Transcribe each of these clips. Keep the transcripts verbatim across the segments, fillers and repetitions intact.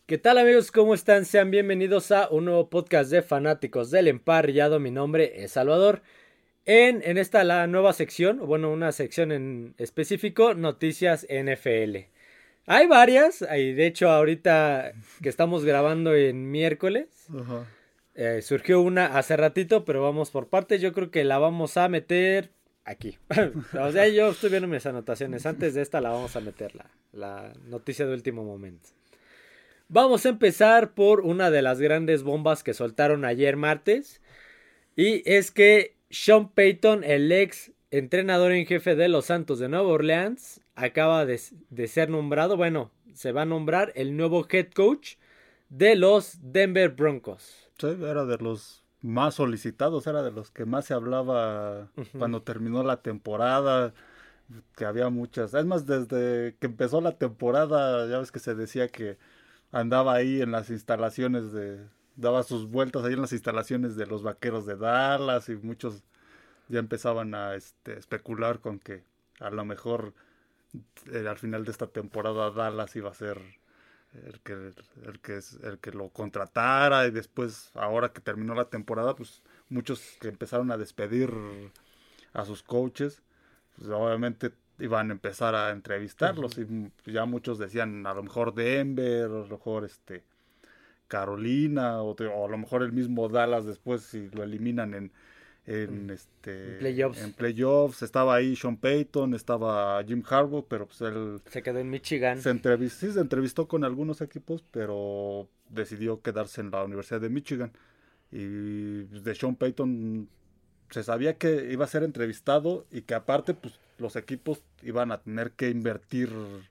¿Qué tal amigos? ¿Cómo están? Sean bienvenidos a un nuevo podcast de fanáticos del emparrillado. Mi nombre es Salvador. En, en esta la nueva sección, bueno, una sección en específico, noticias N F L. Hay varias, hay, de hecho ahorita que estamos grabando en miércoles, Ajá. eh, surgió una hace ratito, pero vamos por partes. Yo creo que la vamos a meter aquí. O sea, yo estoy viendo mis anotaciones. Antes de esta la vamos a meter, la, la noticia de último momento. Vamos a empezar por una de las grandes bombas que soltaron ayer martes. Y es que Sean Payton, el ex entrenador en jefe de los Santos de Nueva Orleans, acaba de, de ser nombrado, bueno, se va a nombrar el nuevo head coach de los Denver Broncos. Sí, era de los más solicitados, era de los que más se hablaba uh-huh. cuando terminó la temporada, que había muchas. Es más, desde que empezó la temporada, ya ves que se decía que andaba ahí en las instalaciones de... daba sus vueltas ahí en las instalaciones de los Vaqueros de Dallas y muchos ya empezaban a este, especular con que a lo mejor eh, al final de esta temporada Dallas iba a ser el que, el que, el que lo contratara, y después, ahora que terminó la temporada, pues muchos que empezaron a despedir a sus coaches, pues obviamente iban a empezar a entrevistarlos, uh-huh. y ya muchos decían a lo mejor Denver, a lo mejor este Carolina, o, te, o a lo mejor el mismo Dallas después si lo eliminan en, en este en playoffs. en playoffs. Estaba ahí Sean Payton, estaba Jim Harbaugh, pero pues él se quedó en Michigan. Se entrevistó, sí, se entrevistó con algunos equipos, pero decidió quedarse en la Universidad de Michigan. Y de Sean Payton se sabía que iba a ser entrevistado y que aparte pues los equipos iban a tener que invertir,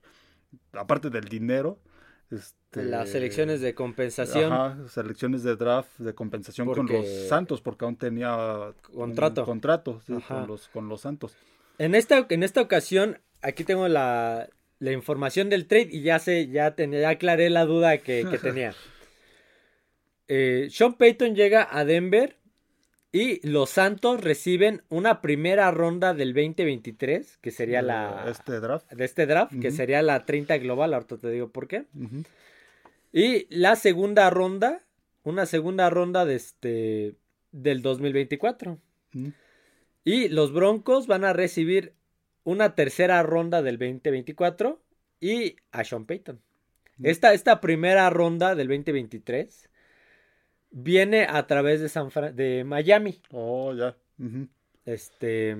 aparte del dinero, este, las selecciones de compensación. Ajá, selecciones de draft de compensación porque, con los Santos, porque aún tenía contrato, un contrato sí, con, los, con los Santos. En esta, en esta ocasión, aquí tengo la, la información del trade y ya sé, ya, tenía, ya aclaré la duda que, que tenía. eh, Sean Payton llega a Denver y los Santos reciben una primera ronda del veinte veintitrés, que sería de la... Este draft. De este draft, uh-huh. que sería la treinta global, ahorita te digo por qué. Uh-huh. Y la segunda ronda, una segunda ronda de este, del dos mil veinticuatro. Uh-huh. Y los Broncos van a recibir una tercera ronda del veinte veinticuatro y a Sean Payton. Uh-huh. Esta, esta primera ronda del veinte veintitrés... viene a través de San Fran- de Miami. Oh, ya. Uh-huh. Este.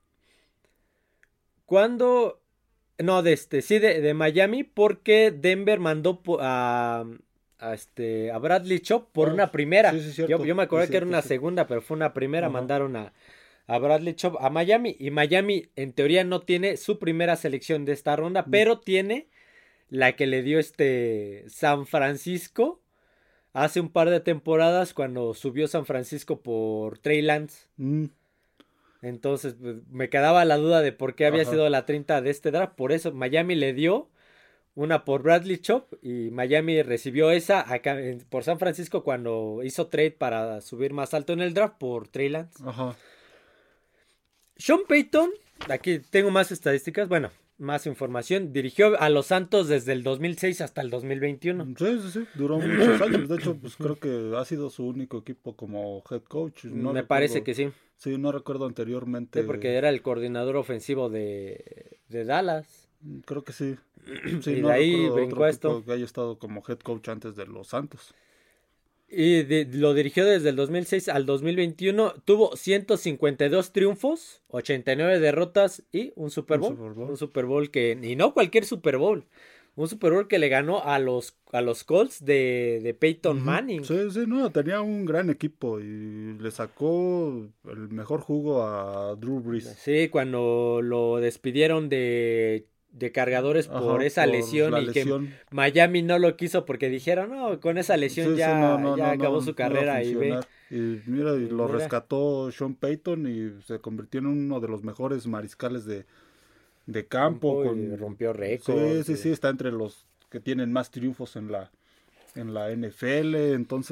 Cuando. No, de este. Sí, de, de Miami. Porque Denver mandó a. A, este, a Bradley Chubb por oh, una primera. Sí, sí, yo, yo me acuerdo sí, que era una sí. segunda, pero fue una primera. Uh-huh. Mandaron a, a Bradley Chubb a Miami. Y Miami, en teoría, no tiene su primera selección de esta ronda. Uh-huh. Pero tiene la que le dio este San Francisco hace un par de temporadas, cuando subió San Francisco por Trey Lance. Mm. Entonces, pues, me quedaba la duda de por qué había Ajá. sido la treinta de este draft. Por eso Miami le dio una por Bradley Chubb y Miami recibió esa acá por San Francisco cuando hizo trade para subir más alto en el draft por Trey Lance. Ajá. Sean Payton, aquí tengo más estadísticas, bueno, más información. Dirigió a los Santos desde el dos mil seis hasta el dos mil veintiuno. Sí, sí, sí. Duró muchos años. De hecho, pues creo que ha sido su único equipo como head coach. No Me recuerdo, parece que sí. Sí, no recuerdo anteriormente. Sí, porque era el coordinador ofensivo de, de Dallas. Creo que sí. Sí, y no de ahí recuerdo brincó otro esto. que haya estado como head coach antes de los Santos. Y de, lo dirigió desde el dos mil seis al dos mil veintiuno. Tuvo ciento cincuenta y dos triunfos, ochenta y nueve derrotas y un Super Bowl. Un Super Bowl, un Super Bowl que, y no cualquier Super Bowl, un Super Bowl que le ganó a los, a los Colts de, de Peyton uh-huh. Manning. Sí, sí, no, tenía un gran equipo y le sacó el mejor jugo a Drew Brees. Sí, cuando lo despidieron de... de cargadores Ajá, por esa por lesión y lesión. que Miami no lo quiso porque dijeron, no, con esa lesión sí, ya, sí, no, no, ya no, acabó no, su no carrera y ve. Y mira, y lo mira. rescató Sean Payton y se convirtió en uno de los mejores mariscales de, de campo. Con, con, rompió récords. Sí, sí, sí, está entre los que tienen más triunfos en la, en la N F L, entonces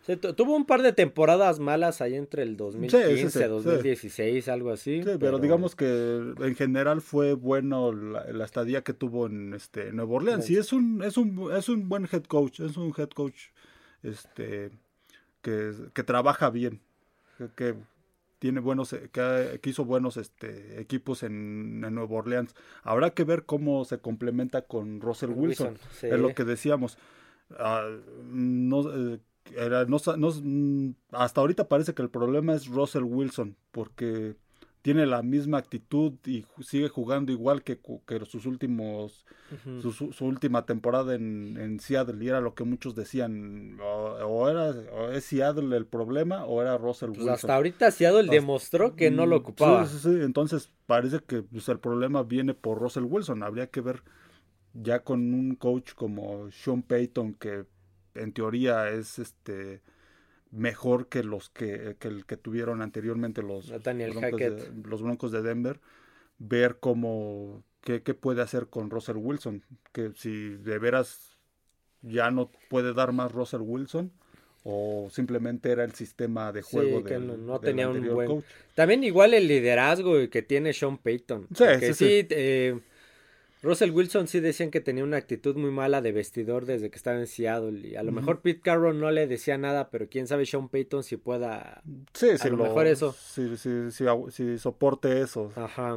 Sí, tu- tuvo un par de temporadas malas ahí entre el dos mil quince, Sí, sí, sí, dos mil dieciséis, algo así. Sí, pero, pero digamos que en general fue bueno la, la estadía que tuvo en este Nueva Orleans. Y es un, es un, es un buen head coach, es un head coach este que, que trabaja bien, que, que tiene buenos, que, ha- que hizo buenos este equipos en, en Nueva Orleans. Habrá que ver cómo se complementa con Russell Wilson. Wilson, sí. Es lo que decíamos. Ah, no, eh, era, no, sa- no, mm, hasta ahorita parece que el problema es Russell Wilson, porque tiene la misma actitud y ju- sigue jugando igual que, cu- que sus últimos, Ujú. su, su- su última temporada en, en Seattle, y era lo que muchos decían, o, o era o es Seattle el problema o era Russell Pues Wilson. hasta ahorita Seattle Hasta- demostró que no lo Mm, Sí, ocupaba. sí, sí, entonces parece que pues, el problema viene por Russell Wilson. Habría que ver ya con un coach como Sean Payton, que en teoría es este mejor que los que, que el que tuvieron anteriormente los Nathaniel Broncos Hackett. de, los Broncos de Denver, ver cómo qué, qué puede hacer con Russell Wilson, que si de veras ya no puede dar más Russell Wilson o simplemente era el sistema de juego Sí, que no, del, no del tenía un anterior buen... coach. También igual el liderazgo que tiene Sean Payton. Sí, Porque sí, sí. sí, eh, Russell Wilson sí decían que tenía una actitud muy mala de vestidor desde que estaba en Seattle. Y a lo Ujú. mejor Pete Carroll no le decía nada, pero quién sabe Sean Payton si pueda... Sí, A sí, lo lo- mejor eso. sí, sí, sí, agu- sí soporte eso. Ajá.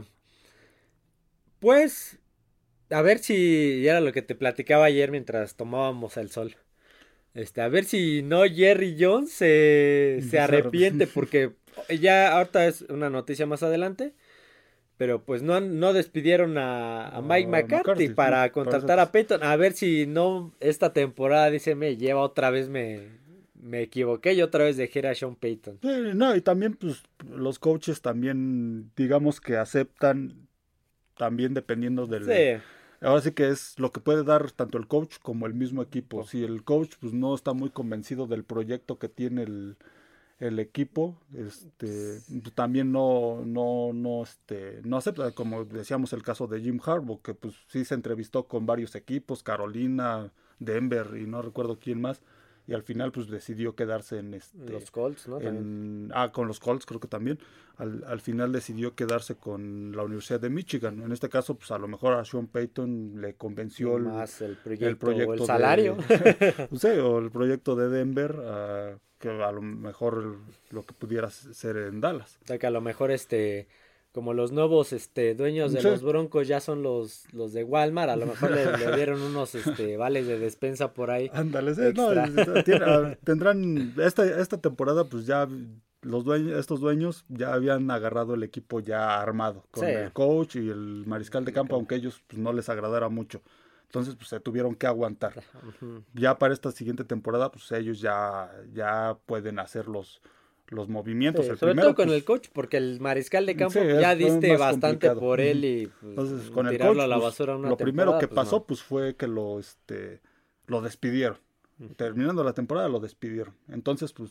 Pues, a ver si... Y era lo que te platicaba ayer mientras tomábamos el sol. Este, a ver si no Jerry Jones se, se Se arrep- arrepiente porque ya ahorita es una noticia más adelante, pero pues no, no despidieron a, a Mike Ah, McCarthy McCarthy, para sí, contratar parece a Peyton. A ver si no esta temporada, dice, me lleva otra vez, me, me equivoqué y otra vez dejé a Sean Payton. Sí, no, y también pues los coaches también digamos que aceptan también dependiendo del... Sí, Ahora sí que es lo que puede dar tanto el coach como el mismo equipo. Oh. Si el coach pues no está muy convencido del proyecto que tiene el, el equipo, este pues, también no no no este no acepta, como decíamos el caso de Jim Harbaugh, que pues sí se entrevistó con varios equipos, Carolina, Denver y no recuerdo quién más, y al final pues decidió quedarse en este los Colts, ¿no? También. en, ah, con los Colts creo que también. Al, al final decidió quedarse con la Universidad de Michigan. En este caso, pues a lo mejor a Sean Payton le convenció el, Más el proyecto, el proyecto o el de- salario. no sé, o el proyecto de Denver, ah, que a lo mejor lo que pudiera ser en Dallas. O sea que a lo mejor este, como los nuevos este dueños de Sí. los Broncos ya son los, los de Walmart, a lo mejor le, le dieron unos este vales de despensa por ahí. Ándale, sí, no, Extra. tiene- ah, tendrán esta, esta temporada, pues ya los dueños, estos dueños ya habían agarrado el equipo ya armado, con Sí. el coach y el mariscal de campo, aunque a ellos pues, no les agradara mucho. Entonces, pues se tuvieron que aguantar. Ujú. Ya para esta siguiente temporada, pues ellos ya, ya pueden hacer los, los movimientos. Sí, el sobre primero, todo con pues, el coach, porque el mariscal de campo sí, ya es- fue diste más bastante complicado. por él Ujú. y pues, Entonces, con el tirarlo coach, a la pues, basura una lo primero temporada, que pues, pasó, no. pues fue que lo, este, lo despidieron. Terminando la temporada, lo despidieron. Entonces, pues,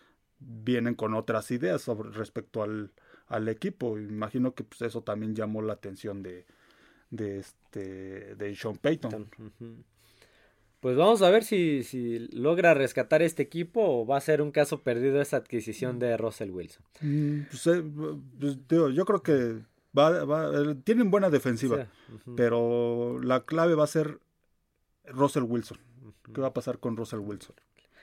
vienen con otras ideas sobre respecto al, al equipo. Imagino que pues, eso también llamó la atención de, de este de Sean Payton. Ujú. Pues vamos a ver si, si logra rescatar este equipo o va a ser un caso perdido esa adquisición de Russell Wilson. Mm, pues, eh, pues, digo, yo creo que va, va- eh, tienen buena defensiva, Sí, ujú. pero la clave va a ser Russell Wilson. ¿Qué va a pasar con Russell Wilson?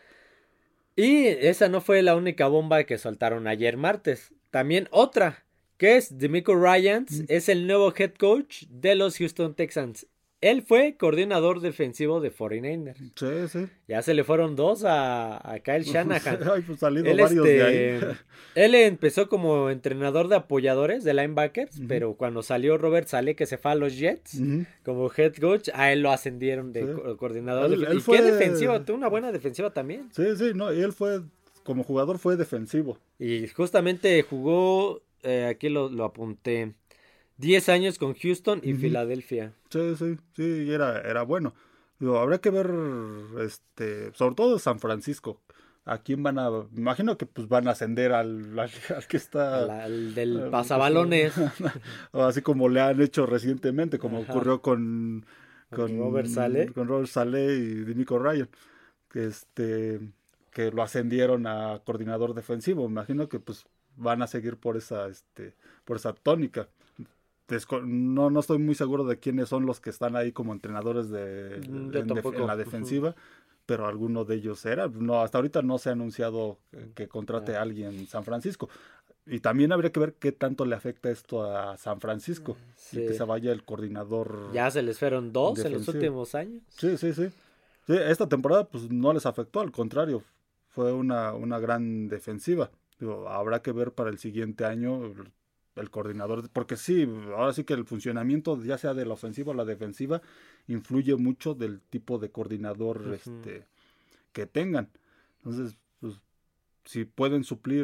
Y esa no fue la única bomba que soltaron ayer martes. También otra, que es DeMeco Ryans, Mm. es el nuevo head coach de los Houston Texans. Él fue coordinador defensivo de cuarenta y nueve ers. Sí, sí. Ya se le fueron dos a, a Kyle Shanahan. Ay, pues salido Él, varios de ahí. este, él empezó como entrenador de apoyadores de linebackers, Ujú. pero cuando salió Robert Saleh, que se fue a los Jets, Ujú. como head coach, a él lo ascendieron de Sí. co- coordinador. Él- de- él ¿Y fue- qué defensiva? Tuvo una buena defensiva también. Sí, sí, no, y él fue, como jugador fue defensivo. Y justamente jugó, eh, aquí lo, lo apunté, diez años con Houston y Ujú. Filadelfia. Sí, sí, sí, y era, era bueno. Digo, habrá que ver, este, sobre todo San Francisco. ¿A quién van a...? Me imagino que pues van a ascender al, al, al que está... Al, al del al- pasabalones. o así como le han hecho recientemente, como Ajá. ocurrió con... Con Robert Saleh. Con Robert Saleh y D'Amico Ryan. Este... que lo ascendieron a coordinador defensivo. Me imagino que pues van a seguir por esa, este, por esa tónica. Desco- no, no estoy muy seguro de quiénes son los que están ahí como entrenadores de, Mm, en, Yo def- en la tampoco. defensiva, pero alguno de ellos era. No, hasta ahorita no se ha anunciado que, que contrate Ya. a alguien en San Francisco. Y también habría que ver qué tanto le afecta esto a San Francisco y que Sí. se vaya el coordinador Ya se les fueron dos en los defensivo. últimos años. Sí, sí, sí. Sí, esta temporada pues no les afectó, al contrario, fue una, una gran defensiva. Digo, habrá que ver para el siguiente año el, el coordinador, porque sí, ahora sí que el funcionamiento, ya sea de la ofensiva o la defensiva, influye mucho del tipo de coordinador Ujú. este, que tengan. Entonces, pues, si pueden suplir,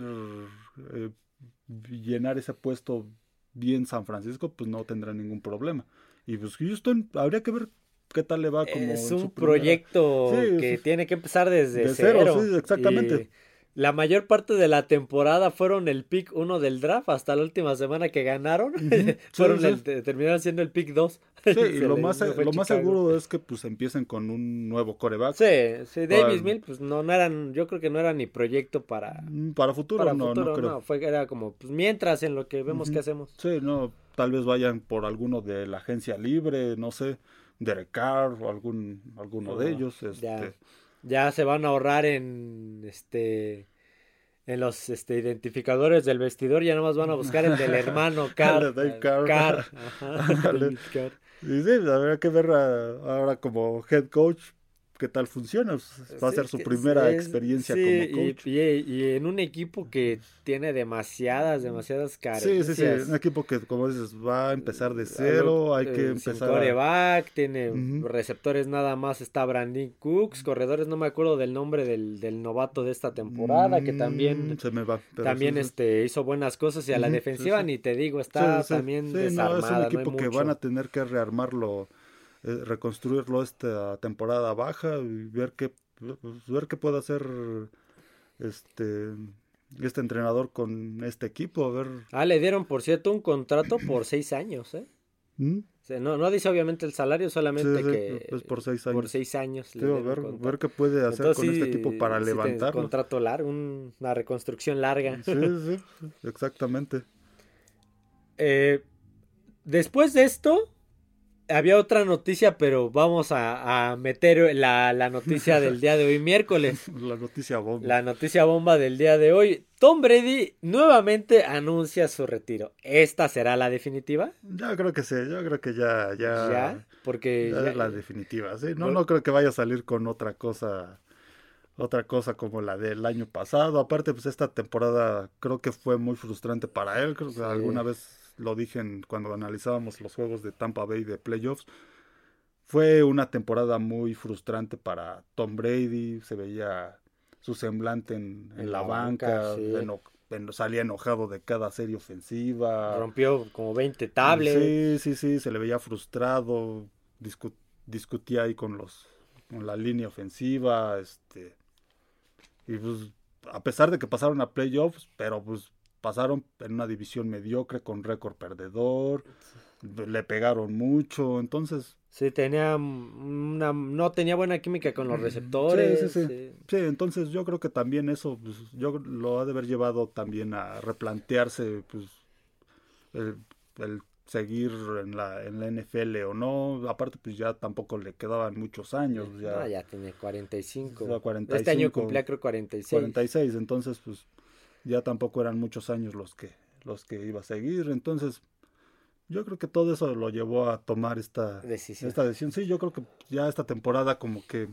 eh, llenar ese puesto bien San Francisco, pues no tendrá ningún problema. Y pues Houston, habría que ver qué tal le va como Es en su un primera. proyecto Sí, que sí, tiene que empezar desde de cero, cero. sí, exactamente. Y la mayor parte de la temporada fueron el pick uno del draft hasta la última semana que ganaron. Ujú, sí, fueron sí. el, terminaron siendo el pick dos. Sí, Y y se lo les más, se fue lo más Chicago. seguro es que pues empiecen con un nuevo coreback. Sí, sí, Davis Para, Mills, pues no, no eran, yo creo que no era ni proyecto para, para futuro, para no, no futuro, creo. no, fue, era como, pues mientras en lo que vemos que Ujú. hacemos. Sí, no, tal vez vayan por alguno de la agencia libre, no sé, Derek Carr o algún, alguno de No, ellos, ya, este. ya se van a ahorrar en, este, en los, este, identificadores del vestidor, ya nomás van a buscar el del hermano El de Carr, Dave eh, Carr. Carr, ajá, Ándale. David Carr. Y sí, habrá que ver a- ahora como head coach qué tal funciona. Pues, va a Sí, ser su que es, primera es- experiencia sí, como y, coach. y, y en un equipo que tiene demasiadas, demasiadas Sí, sí, sí, un carencias. equipo que como dices va a empezar de A lo- cero, hay que eh, sin empezar a... coreback, tiene Ujú. receptores nada más, está Brandon Cooks, corredores no me acuerdo del nombre del, del novato de esta temporada, que Mm, también, se me va, pero sí, también sí. este, hizo buenas cosas y a la Ujú, sí, defensiva sí. ni te digo, Sí, está sí, también sí, no, es un desarmada, no hay equipo que van a mucho. tener que rearmarlo, eh, reconstruirlo esta temporada baja y ver qué, pues, ver qué puede hacer este, este entrenador con este equipo, a ver. Ah, le dieron por cierto un contrato por seis años, ¿eh? ¿Mm? O sea, no, no dice obviamente el salario, Sí, solamente sí, pues que por seis por años. seis años Sí, le a dieron ver, ver contrato. qué puede hacer Entonces con este equipo para sí, sí tiene un levantarlo. contrato largo, un- una reconstrucción larga. Sí, sí, exactamente. Eh, Después de esto, había otra noticia, pero vamos a, a meter la, la noticia del día de hoy, miércoles. La noticia bomba. La noticia bomba del día de hoy. Tom Brady nuevamente anuncia su retiro. ¿Esta será la definitiva? Yo creo que sí, yo creo que ya, Ya, ya, porque ya ya, es la definitiva, sí. No, vol- no creo que vaya a salir con otra cosa, otra cosa como la del año pasado. Aparte, pues esta temporada creo que fue muy frustrante para él. Creo que sí, alguna vez lo dije en- cuando analizábamos los juegos de Tampa Bay de playoffs. Fue una temporada muy frustrante para Tom Brady. Se veía su semblante en, en en la la banca, banca, sí. eno- en- salía enojado de cada serie ofensiva. Rompió como veinte tablets. Sí, sí, sí, se le veía frustrado, discu- discutía ahí con los, con la línea ofensiva, este, y pues, a pesar de que pasaron a playoffs, pero pues pasaron en una división mediocre con récord perdedor, le pegaron mucho, entonces, Sí, tenía una, no tenía buena química con los sí, sí, receptores. sí, Sí. sí, entonces yo creo que también eso, pues, yo lo ha de haber llevado también a replantearse, pues, el, el seguir en la, en la N F L o no. Aparte, pues ya tampoco le quedaban muchos años. Ya, No, ya tiene cuarenta y cinco. ya cuarenta y Este año cinco, cumplía creo cuarenta y seis. cuarenta y seis. Entonces, pues ya tampoco eran muchos años los que, los que iba a seguir. Entonces, yo creo que todo eso lo llevó a tomar esta Decisión. esta decisión. Sí, yo creo que ya esta temporada como que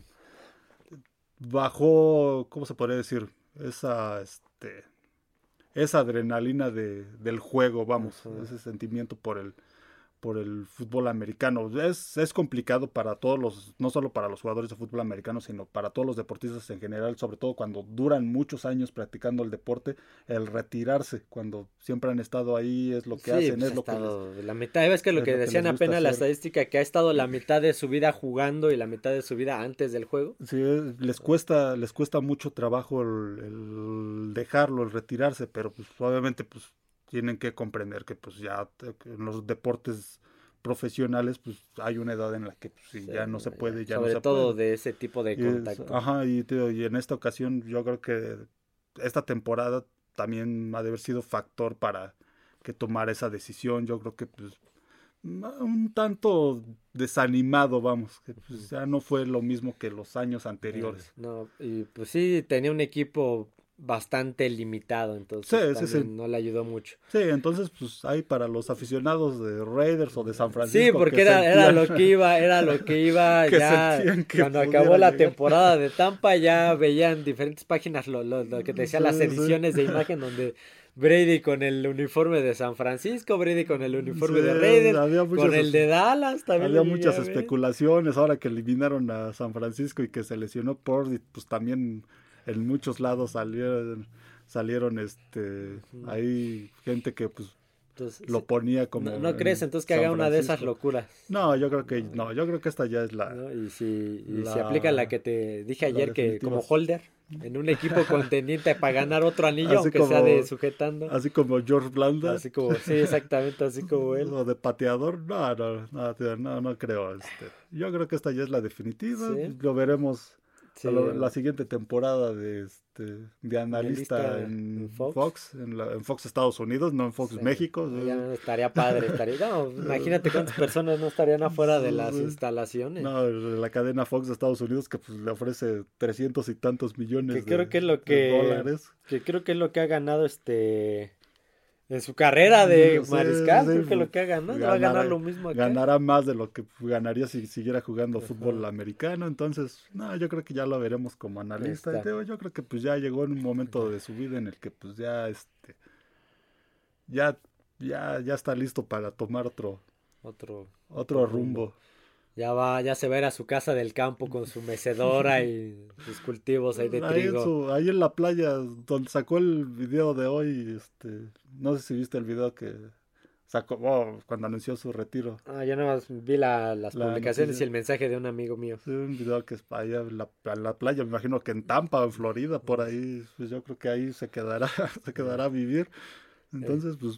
bajó, ¿cómo se podría decir? Esa, este, esa adrenalina de, del juego, vamos, Ujú. ese sentimiento por el, por el fútbol americano. Es, es complicado para todos los, no solo para los jugadores de fútbol americano, sino para todos los deportistas en general, sobre todo cuando duran muchos años practicando el deporte, el retirarse, cuando siempre han estado ahí, es lo que Sí, hacen, pues es ha lo que les, estado la mitad. ¿Ves que lo es que lo que decían les gusta apenas la hacer. estadística que ha estado la mitad de su vida jugando y la mitad de su vida antes del juego? Sí, es- les cuesta, les cuesta mucho trabajo el, el dejarlo, el retirarse, pero pues obviamente pues tienen que comprender que pues ya te- que en los deportes profesionales, pues hay una edad en la que pues, sí, sí, ya no se puede, ya sobre no se todo puede. de ese tipo de contacto. Y es, ajá, y, tío, y en esta ocasión yo creo que esta temporada también ha de haber sido factor para que tomara esa decisión. Yo creo que pues un tanto desanimado, vamos, que pues, ya no fue lo mismo que los años anteriores. Eh, no, y pues sí, tenía un equipo bastante limitado, entonces Sí, sí, también sí. no le ayudó mucho. Sí, entonces pues hay para los aficionados de Raiders o de San Sí, Francisco porque que era, era sentían, lo que iba, era lo que iba que ya sentían que cuando pudiera acabó la llegar. temporada de Tampa, ya veían diferentes páginas lo, lo, lo que te decía, Sí, las sí. ediciones de imagen donde Brady con el uniforme de San Francisco, Brady con el uniforme Sí, de Raiders, había muchas, con el de Dallas, también había lo llegué muchas a ver. especulaciones ahora que eliminaron a San Francisco y que se lesionó Purdy, pues también en muchos lados salieron, salieron este, Ujú. hay gente que pues Entonces, lo ponía como ¿no, no crees en entonces que San haga una de esas Francisco. locuras? No, yo creo que No, no, yo creo que esta ya es la, ¿no? Y si, y si aplica la la, que te dije la ayer, que definitiva. como holder, en un equipo contendiente para ganar otro anillo, Así aunque como, sea de sujetando. así como George Blanda. Así como, sí, exactamente, así como él. O de pateador, no, no, no, tío, no, no creo. Este. Yo creo que esta ya es la definitiva. Sí, Lo veremos sí. a lo- la siguiente temporada de este de analista Analista en en Fox. Fox, en, la- en Fox Estados Unidos, no en Fox Sí. México. Ya estaría padre, estaría. No, imagínate cuántas personas no estarían afuera de las Sí. instalaciones. No, la cadena Fox de Estados Unidos que pues, le ofrece trescientos y tantos millones Que de, creo que es lo de que. dólares. Que creo que es lo que ha ganado este. En su carrera de Sí, mariscal, sí, creo que lo que ha ganado, va a ganará, ganar lo mismo acá. ganará más de lo que ganaría si siguiera jugando Ajá. fútbol americano. Entonces, no, yo creo que ya lo veremos como analista. Y te digo, yo creo que pues ya llegó en un momento de su vida en el que pues ya este ya ya ya está listo para tomar otro Otro, otro rumbo. Ya va, ya se va a ir a su casa del campo con su mecedora y sus cultivos ahí de Ahí en, trigo. su, ahí en la playa donde sacó el video de hoy, este, no sé si viste el video que sacó oh, cuando anunció su retiro. Ah, yo nada más vi la, las La publicaciones noticia. y el mensaje de un amigo mío. Sí, un video que es para allá en la, en la playa, me imagino que en Tampa o en Florida, por ahí, pues yo creo que ahí se quedará, se quedará a vivir. Entonces, pues,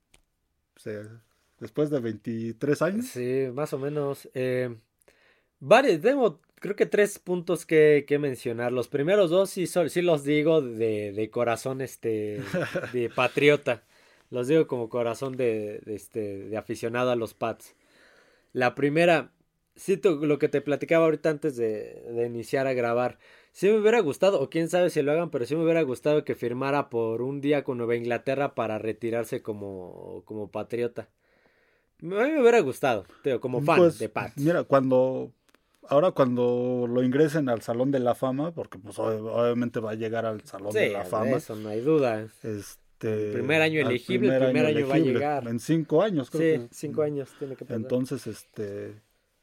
se, después de veintitrés años. Sí, más o menos. Eh, varios, tengo creo que tres puntos que, que mencionar. Los primeros dos sí, son, sí los digo de, de corazón, este, de patriota. Los digo como corazón de, de, este, de aficionado a los Pats. La primera, cito lo que te platicaba ahorita antes de, de iniciar a grabar. Sí me hubiera gustado, o quién sabe si lo hagan, pero sí me hubiera gustado que firmara por un día con Nueva Inglaterra para retirarse como, como patriota. A mí me hubiera gustado, tío, como fan Pues, de Pats. mira, cuando, ahora cuando lo ingresen al Salón de la Fama, porque pues ob- obviamente va a llegar al Salón Sí, de la de Fama. eso no hay duda. Este, El primer año al elegible, el primer año va a elegible, llegar. En cinco años, creo Sí, que. cinco años tiene que pasar. Entonces, este,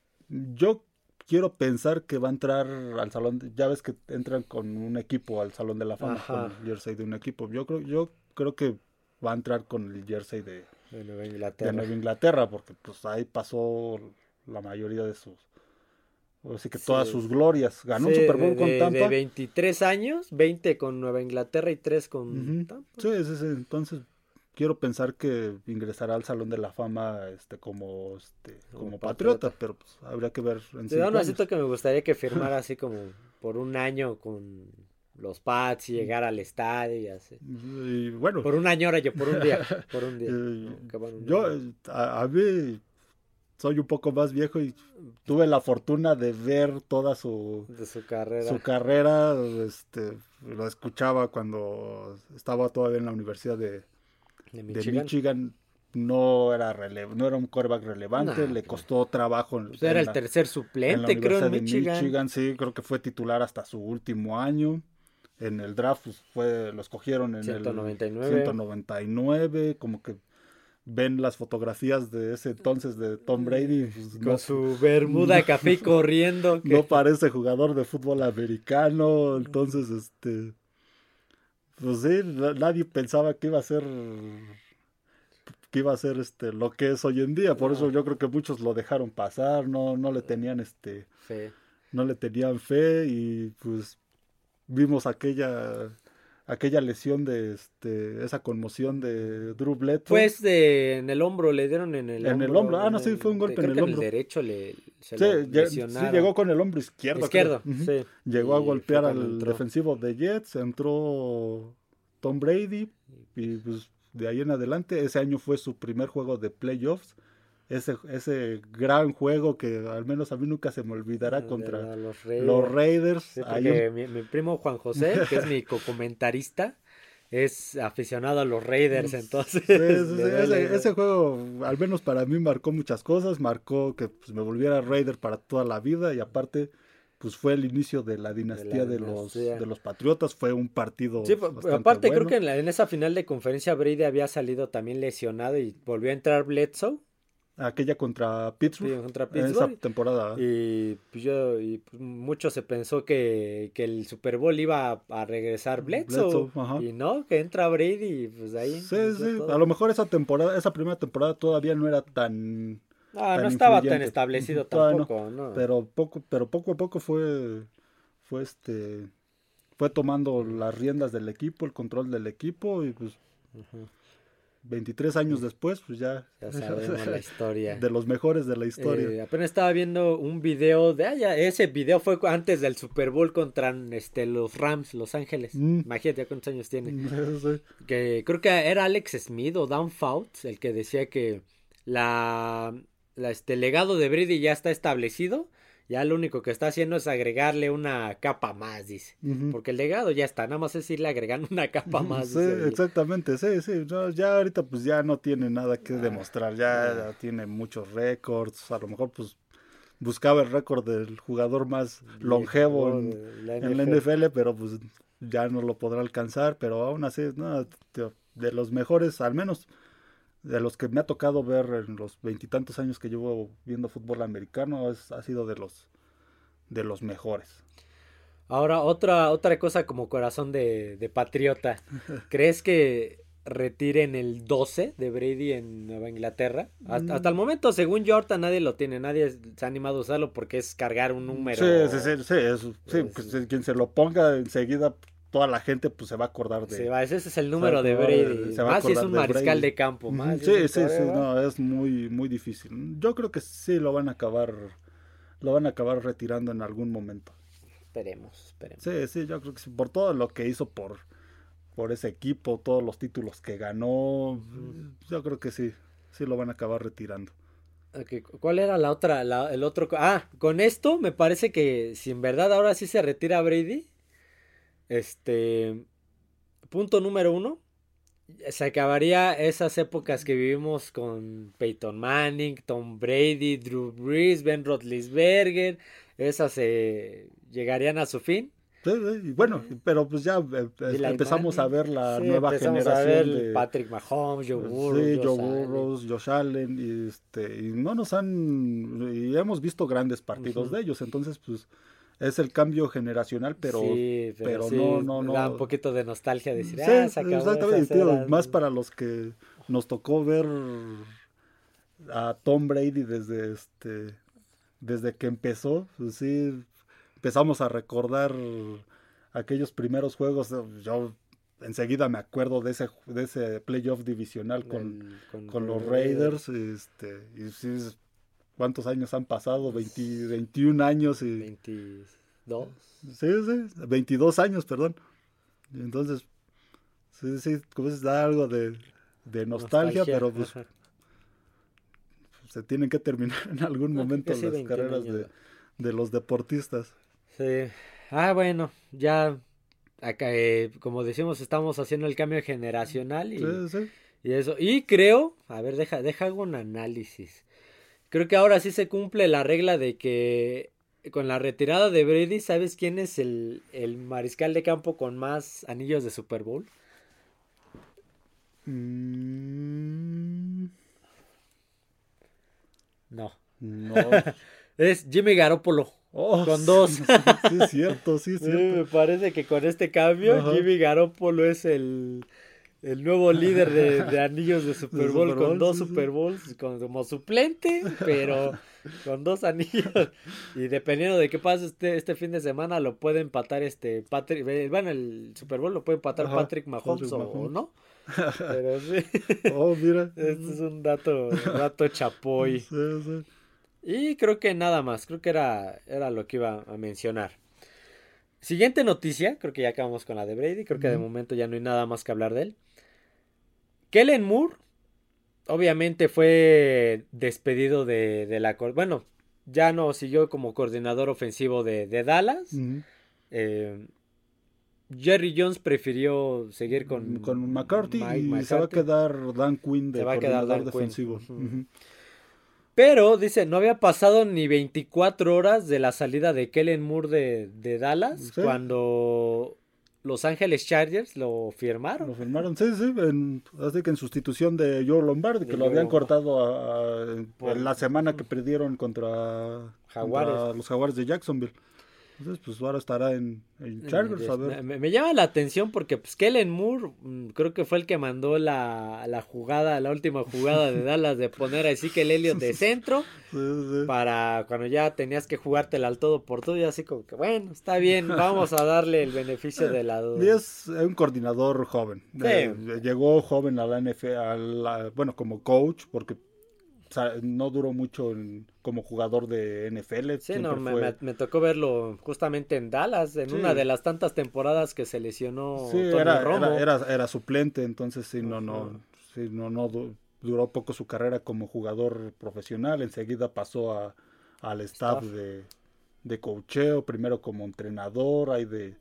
yo quiero pensar que va a entrar al salón, de- ya ves que entran con un equipo al Salón de la Fama, Ajá. con el jersey de un equipo. Yo creo, yo creo que va a entrar con el jersey de, De Nueva de Inglaterra. Nueva Inglaterra, porque pues ahí pasó la mayoría de sus, así que todas Sí. sus glorias. Ganó un Sí, Super Bowl de, con de- Tampa. de veintitrés años, veinte con Nueva Inglaterra y tres con Ujú. Tampa. Sí, sí, sí. Entonces quiero pensar que ingresará al Salón de la Fama, este, como, este, Como como patriota. patriota, pero pues habría que ver en Sí, cinco aún así años. que me gustaría que firmara así como por un año con los Pats y llegar al estadio y así. Y bueno, Por un año, ahora yo, por un día. Por un día. eh, No, que bueno, yo no. eh, a, a mí soy un poco más viejo y tuve la fortuna de ver toda su, De su carrera. su carrera. Este, lo escuchaba cuando estaba todavía en la Universidad de, de de Michigan. Michigan. No era rele- no era un quarterback relevante, Nah, le pues, costó trabajo en, Pues era en el la, tercer en la suplente, creo, Universidad en de Michigan. Michigan, sí, creo que fue titular hasta su último año. En el draft pues, fue, lo escogieron en ciento noventa y el nueve. ciento noventa y nueve, como que ven las fotografías de ese entonces de Tom Brady, pues, Con no, su bermuda café corriendo. Que... no parece jugador de fútbol americano, entonces este, pues sí, na- nadie pensaba que iba a ser que iba a ser este lo que es hoy en día, por No. eso yo creo que muchos lo dejaron pasar, no, no le tenían este, Fe. no le tenían fe y pues vimos aquella aquella lesión de este esa conmoción de Drew Bledsoe. Pues de en el hombro, le dieron en el en hombro. el hombro, ah, no, en sí, el, fue un golpe creo en el que hombro. En el derecho le se sí, lo ya, sí, lesionaron. llegó con el hombro izquierdo. Izquierdo, uh-huh. sí. Llegó a Y golpear fue al cuando entró. defensivo de Jets, entró Tom Brady y pues de ahí en adelante, ese año fue su primer juego de playoffs. Ese, ese gran juego que al menos a mí nunca se me olvidará De contra la- los Raiders. los Raiders. Sí, Ahí porque un- mi, mi primo Juan José, que es mi co-comentarista, es aficionado a los Raiders, entonces Sí, sí, le sí, duele, ese, ¿no? ese juego, al menos para mí, marcó muchas cosas. Marcó que pues, me volviera Raider para toda la vida y aparte, pues fue el inicio de la dinastía de, los, dinastía. de los Patriotas. Fue un partido Sí, pa- bastante aparte bueno. creo que en, la- en esa final de conferencia Brady había salido también lesionado y volvió a entrar Bledsoe Aquella contra Pittsburgh, contra en esa Pittsburgh. temporada. Y pues yo, y pues, mucho se pensó que, que el Super Bowl iba a, a regresar Bledsoe, Bledsoe, ajá. y no, que entra Brady y pues ahí. Sí, inició sí, todo. a lo mejor esa temporada, esa primera temporada todavía no era tan... No, tan no estaba tan influyente. establecido Todavía no, tampoco, ¿no? Pero poco, pero poco a poco fue, fue este, fue tomando las riendas del equipo, el control del equipo y pues Ujú. veintitrés años después, pues ya, Ya sabemos la historia. de los mejores de la historia. Eh, apenas estaba viendo un video de ah, ya, ese video fue cu- antes del Super Bowl contra este los Rams, Los Ángeles. Mm. Imagínate ya cuántos años tiene. Sí. Que creo que era Alex Smith o Dan Fouts el que decía que la, la este legado de Brady ya está establecido. Ya lo único que está haciendo es agregarle una capa más, dice. Ujú. Porque el legado ya está, nada más es irle agregando una capa más. Sí, dice. exactamente, sí, sí. No, ya ahorita pues ya no tiene nada que Ah, demostrar, ya, ah. ya tiene muchos récords, a lo mejor pues buscaba el récord del jugador más longevo en, de la en la N F L, pero pues ya no lo podrá alcanzar, pero aún así, no, tío, de los mejores, al menos de los que me ha tocado ver en los veintitantos años que llevo viendo fútbol americano, es, ha sido de los de los mejores. Ahora, otra, otra cosa como corazón de, de patriota. ¿Crees que retiren el doce de Brady en Nueva Inglaterra? Hasta, hasta el momento, según Jordan, nadie lo tiene. Nadie se ha animado a usarlo porque es cargar un número. Sí, sí, sí, sí, es- sí, Es- pues, quien se lo ponga enseguida, toda la gente pues se va a acordar de... Se va, ese es el número de se va a acordar- Brady. se va a Más si es acordar un de mariscal Brady. de campo. Ujú, Más si sí, es sí, un sí, coreback. no, es muy, muy difícil. Yo creo que sí lo van a acabar, lo van a acabar retirando en algún momento. Esperemos, esperemos. Sí, sí, yo creo que sí, por todo lo que hizo por, por ese equipo, todos los títulos que ganó, yo creo que sí, sí lo van a acabar retirando. Ok, ¿cuál era la otra? La- el otro. co- Ah, con esto me parece que si en verdad ahora sí se retira Brady, este, punto número uno, se acabaría esas épocas que vivimos con Peyton Manning, Tom Brady, Drew Brees, Ben Roethlisberger, esas eh, llegarían a su fin. Sí, sí, y bueno, pero pues ya eh, eh, Eli empezamos a Manning. ver la Sí, nueva empezamos a generación ver de Patrick Mahomes, Joe Burrow, sí, Josh Joe Allen. Burrows, Josh Allen, y este, y no nos han, y hemos visto grandes partidos Ujú. de ellos, entonces pues es el cambio generacional, pero, Sí, pero, pero sí, no, no, no. da un poquito de nostalgia decir, Sí, ah, se acabó exactamente, esas y, tío, eras". más para los que nos tocó ver a Tom Brady desde este, desde que empezó, pues sí, empezamos a recordar aquellos primeros juegos. Yo enseguida me acuerdo de ese, de ese playoff divisional con, El- con, con los Raiders, este, y sí, ¿cuántos años han pasado? veinte, veintiún años y... veintidós. Sí, sí, veintidós años, perdón. Y entonces, sí, sí, como dices, da algo de, de nostalgia, pero pues ajá. se tienen que terminar en algún No, momento creo que sí, las veintiún carreras años. de, de los deportistas. Sí. Ah, bueno, ya acá, eh, como decimos, estamos haciendo el cambio generacional y, Sí, sí. y eso. Y creo, a ver, deja, deja hago un análisis. Creo que ahora sí se cumple la regla de que con la retirada de Brady, ¿sabes quién es el, el mariscal de campo con más anillos de Super Bowl? Mm, No. no. Es Jimmy Garoppolo. Oh, Con sí, dos. Sí, sí, es cierto, sí, es Sí, me cierto. parece que con este cambio Ajá. Jimmy Garoppolo es el el nuevo líder de, de anillos de Super Bowl, Super Bowl, con dos sí, sí. Super Bowls, con, como suplente, pero con dos anillos. Y dependiendo de qué pase este, este fin de semana, lo puede empatar este Patrick. Bueno, el Super Bowl lo puede empatar Ajá, Patrick Mahomes, Patrick o, Mahomes. o no. Pero sí. Oh, mira. Este es un dato, dato chapoy. Sí, sí. Y creo que nada más, creo que era, era lo que iba a mencionar. Siguiente noticia, creo que ya acabamos con la de Brady, creo que de Ujú. momento ya no hay nada más que hablar de él. Kellen Moore, obviamente fue despedido de, de la... cor- Bueno, ya no siguió como coordinador ofensivo de, de Dallas. Ujú. Eh, Jerry Jones prefirió seguir con, Con McCarthy Mike y McCarthy. se va a quedar Dan Quinn de Se va a quedar coordinador Dan Quinn. defensivo. Ujú. Ujú. Pero, dice, no había pasado ni veinticuatro horas de la salida de Kellen Moore de, de Dallas Sí. cuando Los Ángeles Chargers lo firmaron. Lo firmaron, sí, sí, en, así que en sustitución de Joe Lombardi, que De lo Joe habían Lombardi. cortado a- a- en Por- la semana que perdieron contra, Jaguares. contra los Jaguares de Jacksonville. Entonces, pues ahora estará en, en Chargers, a ver. Me, me llama la atención porque pues Kellen Moore mm, creo que fue el que mandó la, la jugada, la última jugada de Dallas de poner a Ezekiel Elliott de centro Sí, sí. para cuando ya tenías que jugártela al todo por todo y así como que bueno, está bien, vamos a darle el beneficio de la Y duda. es un coordinador joven. Sí. Eh, llegó joven a la N F L, a la- bueno, como coach, porque o sea, no duró mucho en- como jugador de N F L. Sí, siempre no, me, fue- me- me tocó verlo justamente en Dallas, en Sí. una de las tantas temporadas que se lesionó Sí, Tony era, Romo. era, era, era suplente, entonces sí, no, Ajá. no, sí, no, no du- duró poco su carrera como jugador profesional. Enseguida pasó a, al staff, Staff. de, de coacheo, primero como entrenador, ahí de,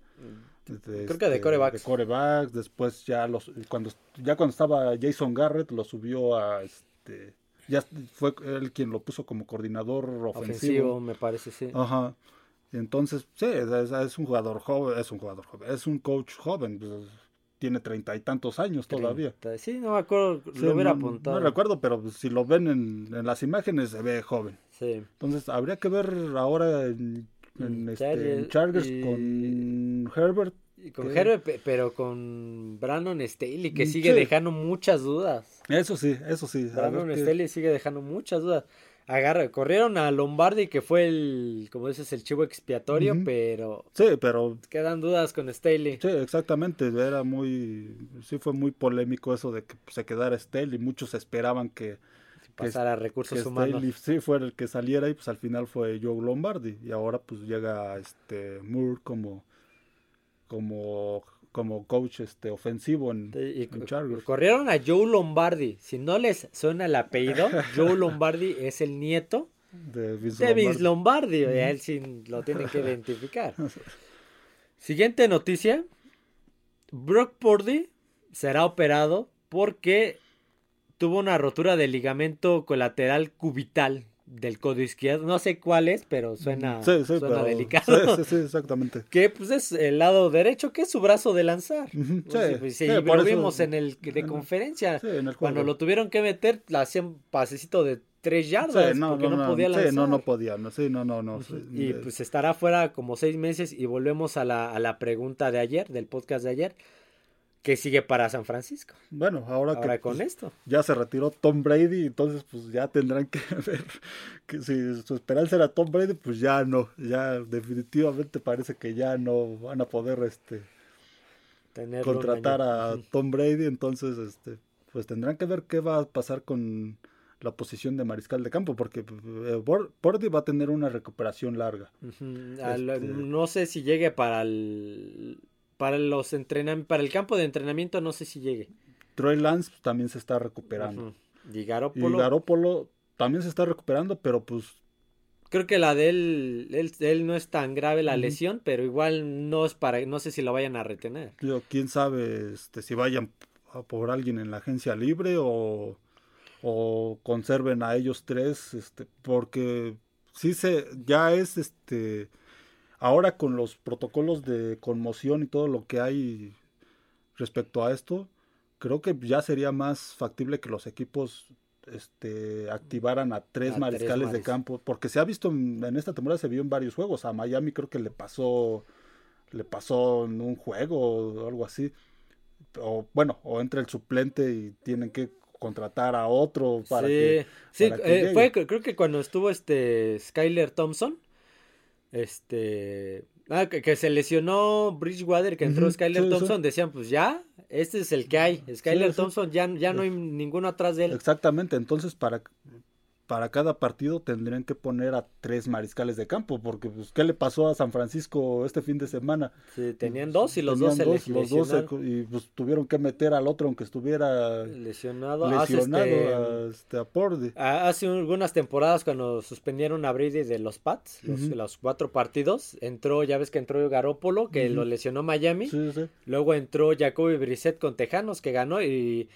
de, Creo que de este, quarterbacks. de quarterbacks. Después ya los, cuando, ya cuando estaba Jason Garrett, lo subió a este, ya fue él quien lo puso como coordinador ofensivo. Ofensivo, me parece, sí. Ajá. Y entonces, sí, es, es un jugador joven, es un jugador joven, es un coach joven, pues, tiene treinta y tantos años todavía. treinta. Sí, no me acuerdo, Sí, lo hubiera no, apuntado. no recuerdo, pero si lo ven en, en las imágenes se ve joven. Sí. Entonces habría que ver ahora en, en, Mm, este, en Chargers Chargers y- con Herbert. Y con ¿Qué? Herbert, pe- pero con Brandon Staley, que Mm, sigue sí. dejando muchas dudas. Eso sí, eso sí. a ver Brandon qué- Staley sigue dejando muchas dudas. Agarra, corrieron a Lombardi, que fue el, como dices, el chivo expiatorio, Ujú. pero Sí, pero quedan dudas con Staley. sí, exactamente. Era muy, sí fue muy polémico eso de que se quedara Staley. Muchos esperaban que Pasar a recursos que humanos. Staley sí fuera el que saliera y pues al final fue Joe Lombardi y ahora pues llega este Moore como como como coach este ofensivo en, Sí, y en co- Chargers. corrieron a Joe Lombardi. Si no les suena el apellido, Joe Lombardi es el nieto de Vince de Vince Lombardi. Lombardi. Y a él sí lo tienen que identificar. Siguiente noticia. Brock Purdy será operado porque tuvo una rotura del ligamento colateral cubital del codo izquierdo. No sé cuál es, pero suena, Sí, sí, suena pero- delicado. Sí, sí, sí, exactamente. Que pues es el lado derecho, que es su brazo de lanzar. Ujú, Pues, sí, sí, pues, sí, sí, por lo eso- vimos en el de en- conferencia. Sí, en el Cuando juego. lo tuvieron que meter, le hacían pasecito de tres Sí, yardas no, porque no, no, no, podía sí, lanzar. no, no podía, no, sí, no, no, no. sí, Y eh, pues estará fuera como seis meses y volvemos a la, a la pregunta de ayer, del podcast de ayer. ¿Qué sigue para San Francisco? bueno, ahora, Ahora que con pues, esto. ya se retiró Tom Brady, entonces pues ya tendrán que ver que si su esperanza era Tom Brady, pues ya no, ya definitivamente parece que ya no van a poder este Tenerlo un contratar año. a Ujú. Tom Brady, entonces este pues tendrán que ver qué va a pasar con la posición de mariscal de campo, porque eh, Bor- Purdy va a tener una recuperación larga. Ujú. Al- Este- No sé si llegue para el para los entrenam- para el campo de entrenamiento, no sé si llegue. Troy Lance pues, también se está recuperando. Ujú. Y Y Garoppolo, Garoppolo también se está recuperando, pero pues creo que la de él, él, él no es tan grave la Ujú. lesión, pero igual no es para, no sé si lo vayan a retener. digo, quién sabe este, si vayan a por alguien en la agencia libre o, o conserven a ellos tres, este, porque sí se, ya es este, ahora con los protocolos de conmoción y todo lo que hay respecto a esto, creo que ya sería más factible que los equipos este, activaran a tres A tres mariscales de maris- campo, porque se ha visto en, en esta temporada, se vio en varios juegos. A Miami creo que le pasó, le pasó en un juego o algo así. o bueno, o entra el suplente y tienen que contratar a otro para sí, que, sí, para que eh, llegue. fue, creo que cuando estuvo este Skyler Thompson, este, ah, que, que se lesionó Bridgewater, que entró Ujú, Skyler sí, sí, Thompson, decían, pues ya, este es el que hay, sí, Skyler sí. Thompson, ya, ya no Eh, hay ninguno atrás de él. Exactamente, entonces para, para cada partido tendrían que poner a tres mariscales de campo, porque pues, ¿qué le pasó a San Francisco este fin de semana? Sí, tenían Pues, dos y los dos tenían se les dos, los dos se lesionaron. co- y pues tuvieron que meter al otro aunque estuviera Lesionado. Hace lesionado este. a, este, a Porde. a- Hace algunas temporadas cuando suspendieron a Brady de los Pats, los, Ujú, los cuatro partidos, entró, ya ves que entró Garoppolo, que lo ujú. lesionó Miami. Sí, sí. Luego entró Jacoby Brissett con Tejanos, que ganó. Y,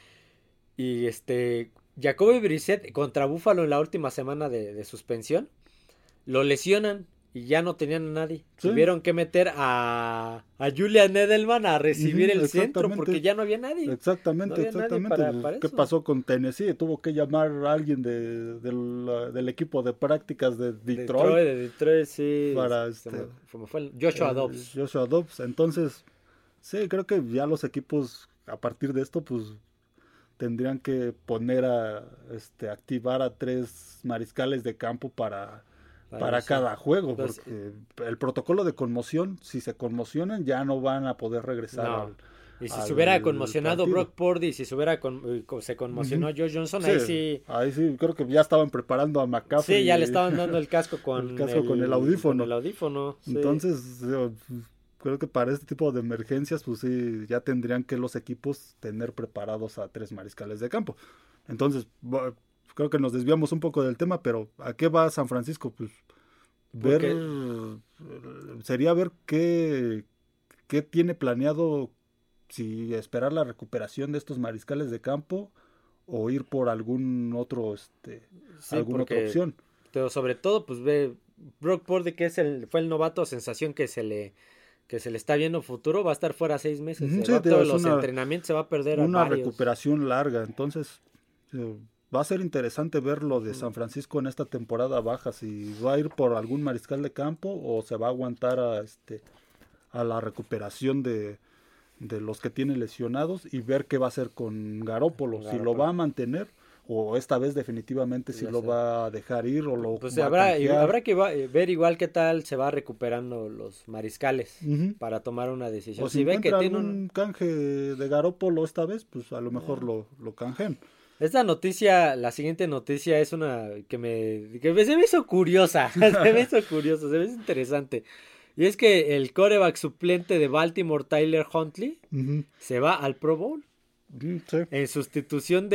y este. Jacoby Brissett contra Buffalo en la última semana de, de suspensión. Lo lesionan y ya no tenían a nadie. Sí. Tuvieron que meter a, a Julian Edelman a recibir Ujú, el centro exactamente. porque ya no había nadie. Exactamente, No había nadie exactamente. para, Pues, para ¿qué eso. pasó con Tennessee? Tuvo que llamar a alguien de, del, uh, del equipo de prácticas de Detroit, Detroit, de Detroit, sí. para Se este me- se me fue el- Joshua eh, Dobbs. Joshua Dobbs. Entonces, sí, creo que ya los equipos a partir de esto, pues tendrían que poner a este activar a tres mariscales de campo para para sí. cada juego, Entonces, porque el protocolo de conmoción, si se conmocionan, ya no van a poder regresar no. al, Y si al se hubiera conmocionado partido. Brock Purdy, si se hubiera con- eh, co- se conmocionó Ujú. Joe Johnson, Sí, ahí sí. ahí sí, creo que ya estaban preparando a McCaffrey. Sí, ya le estaban dando el casco con el casco con el audífono. con el audífono, sí. Entonces, yo, creo que para este tipo de emergencias, pues sí, ya tendrían que los equipos tener preparados a tres mariscales de campo. Entonces, bo- creo que nos desviamos un poco del tema, pero ¿a qué va San Francisco? Pues ver, Porque- sería ver qué, qué tiene planeado, si esperar la recuperación de estos mariscales de campo o ir por algún otro, este, Sí, alguna otra porque- opción. Pero sobre todo, pues ve Brock Purdy, que es el, fue el novato sensación que se le que se le está viendo futuro, va a estar fuera seis meses. Ujú, Se sí, va a digo, todos es los una- entrenamientos, se va a perder a Una varios. recuperación larga, entonces eh, va a ser interesante ver lo de Ujú. San Francisco en esta temporada baja, si va a ir por algún mariscal de campo o se va a aguantar a este a la recuperación de, de los que tiene lesionados y ver qué va a hacer con Garópolo, Con si lo Garoppolo. va a mantener o esta vez definitivamente si Ya lo sé. va a dejar ir o lo Pues va a habrá, canjear. habrá que va- eh, ver igual qué tal se va recuperando los mariscales Ujú. para tomar una decisión. O si, Si ve que encuentra tiene algún un... canje de Garópolo esta vez, pues a lo mejor Ah. lo, lo canjean. Esta noticia, la siguiente noticia es una que me, que me- se me hizo curiosa, se me hizo curiosa, se me hizo interesante. Y es que el quarterback suplente de Baltimore, Tyler Huntley, Ujú. se va al Pro Bowl Ujú, sí. en sustitución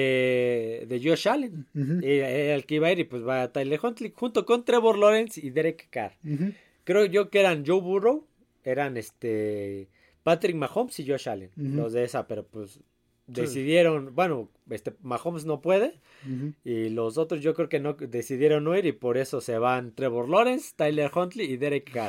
de, de Josh Allen. Ujú. Y, eh, el que iba a ir y pues va Tyler Huntley junto con Trevor Lawrence y Derek Carr. Ujú. Creo yo que eran Joe Burrow, eran este Patrick Mahomes y Josh Allen, Ujú. los de esa, pero pues decidieron, bueno, este Mahomes no puede Ujú. y los otros yo creo que no decidieron no ir y por eso se van Trevor Lawrence, Tyler Huntley y Derek Carr.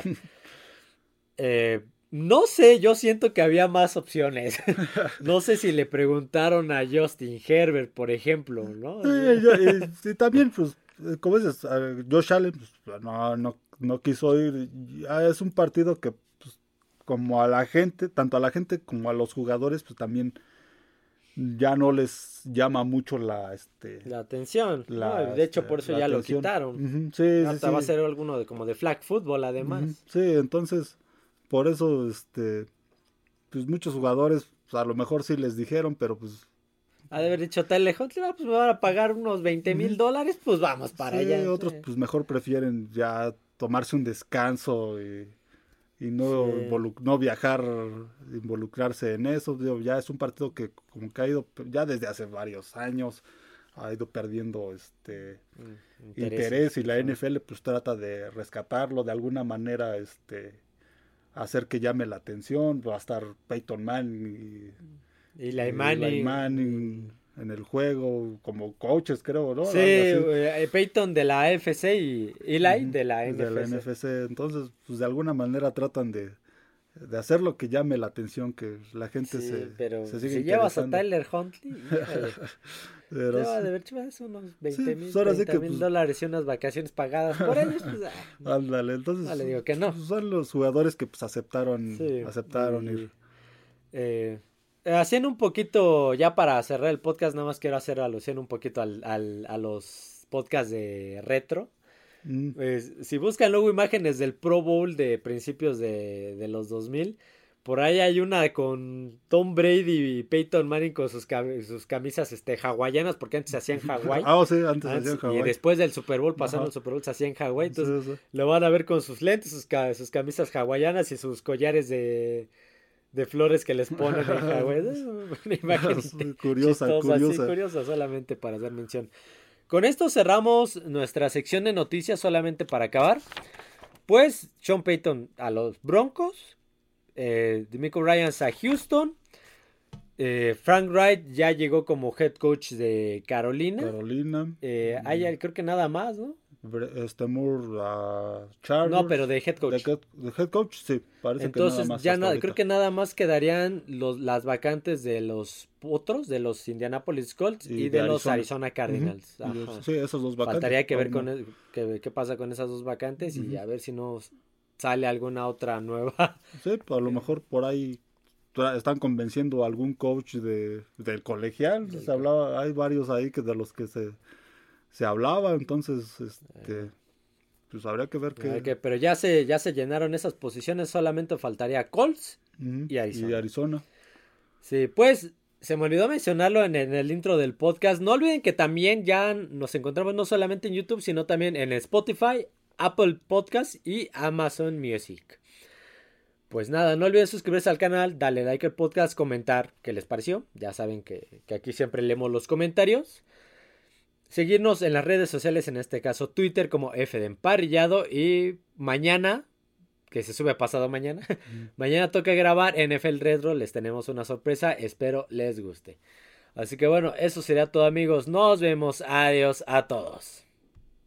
Eh, no sé, yo siento que había más opciones. No sé si le preguntaron a Justin Herbert, por ejemplo, ¿no? Sí, yo- y, y también, pues, eh, como dices, eh, Josh Allen, pues, no, no, no quiso ir. Ya es un partido que, pues, como a la gente, tanto a la gente como a los jugadores, pues también ya no les llama mucho la, este, La atención. la, ¿no? De hecho, este, por eso la ya lo atención. quitaron. Ujú, sí, sí, Hasta va a sí. ser alguno de como de flag football además. Ujú, sí, entonces, por eso, este, pues muchos jugadores, pues, a lo mejor sí les dijeron, pero pues Ha de haber dicho Tyler Huntley, "Ah, pues me van a pagar unos veinte mil Ujú. dólares, pues vamos para sí, allá. otros Sí. pues mejor prefieren ya tomarse un descanso y, y no, Sí. involu- no viajar, involucrarse en eso. Digo, ya es un partido que como que ha ido, ya desde hace varios años, ha ido perdiendo este Mm, interés y la Ajá. N F L pues trata de rescatarlo de alguna manera, este hacer que llame la atención. Va a estar Peyton Manning y Y la y Manning. Eli Manning en el juego como coaches, creo, ¿no? Sí, Algo así. eh, Peyton de la A F C y Eli Ujú, de la de N F C. la N F C. Entonces, pues de alguna manera tratan de, de hacer lo que llame la atención, que la gente Sí, se, pero se sigue si llevas a interesando. Tyler Huntley, híjole, Pero te va sí, de ver chivas unos veinte mil, pues ahora sí treinta que, mil pues- dólares y unas vacaciones pagadas por ellos, pues, ah, ándale, entonces no le digo que no. pues, son los jugadores que pues aceptaron, Sí, aceptaron y, ir. eh, haciendo un poquito, ya para cerrar el podcast, nada más quiero hacer alusión un poquito al, al, a los podcasts de retro. Mm. Pues, si buscan luego imágenes del Pro Bowl de principios de, de los dos mil, por ahí hay una con Tom Brady y Peyton Manning con sus, cam sus camisas este, hawaianas, porque antes se hacían en Hawái. Ah, oh, sí, antes, antes se hacían Hawái. Y después del Super Bowl, pasando Ajá. el Super Bowl, se hacía en Hawái. Entonces sí, sí. lo van a ver con sus lentes, sus, sus camisas hawaianas y sus collares de... de flores que les ponen en Hawái. Una imagen curiosa, chistosa, curiosa. Sí, curiosa, solamente para hacer mención. Con esto cerramos nuestra sección de noticias, solamente para acabar. Pues Sean Payton a los Broncos, eh, DeMeco Ryans a Houston, eh, Frank Wright ya llegó como head coach de Carolina. Carolina. Eh, hay, creo que nada más, ¿no? Este Moore uh, Chargers. No, pero de head coach. De, de head coach, sí, parece Entonces, que nada más. ya nada, creo que nada más quedarían los, las vacantes de los otros, de los Indianapolis Colts y, y de, de los Arizona Cardinals. Uh-huh. Sí, esos dos vacantes. Faltaría que ver con el, que, qué pasa con esas dos vacantes uh-huh. y a ver si no sale alguna otra nueva. Sí, pues a lo mejor por ahí están convenciendo a algún coach de, del colegial. Se hablaba, hay varios ahí que de los que se se hablaba, entonces este pues habría que ver que... que pero ya se ya se llenaron esas posiciones, solamente faltaría Colts uh-huh. y Arizona. Y Arizona. Sí, pues se me olvidó mencionarlo en, en el intro del podcast. No olviden que también ya nos encontramos no solamente en YouTube, sino también en Spotify, Apple Podcasts y Amazon Music. Pues nada, no olviden suscribirse al canal, darle like al podcast, comentar qué les pareció. Ya saben que, que aquí siempre leemos los comentarios. Seguirnos en las redes sociales, en este caso Twitter como F de Emparrillado. Y mañana, que se sube pasado mañana, mm. mañana toca grabar N F L Retro, les tenemos una sorpresa, espero les guste. Así que bueno, eso sería todo amigos, nos vemos, adiós a todos.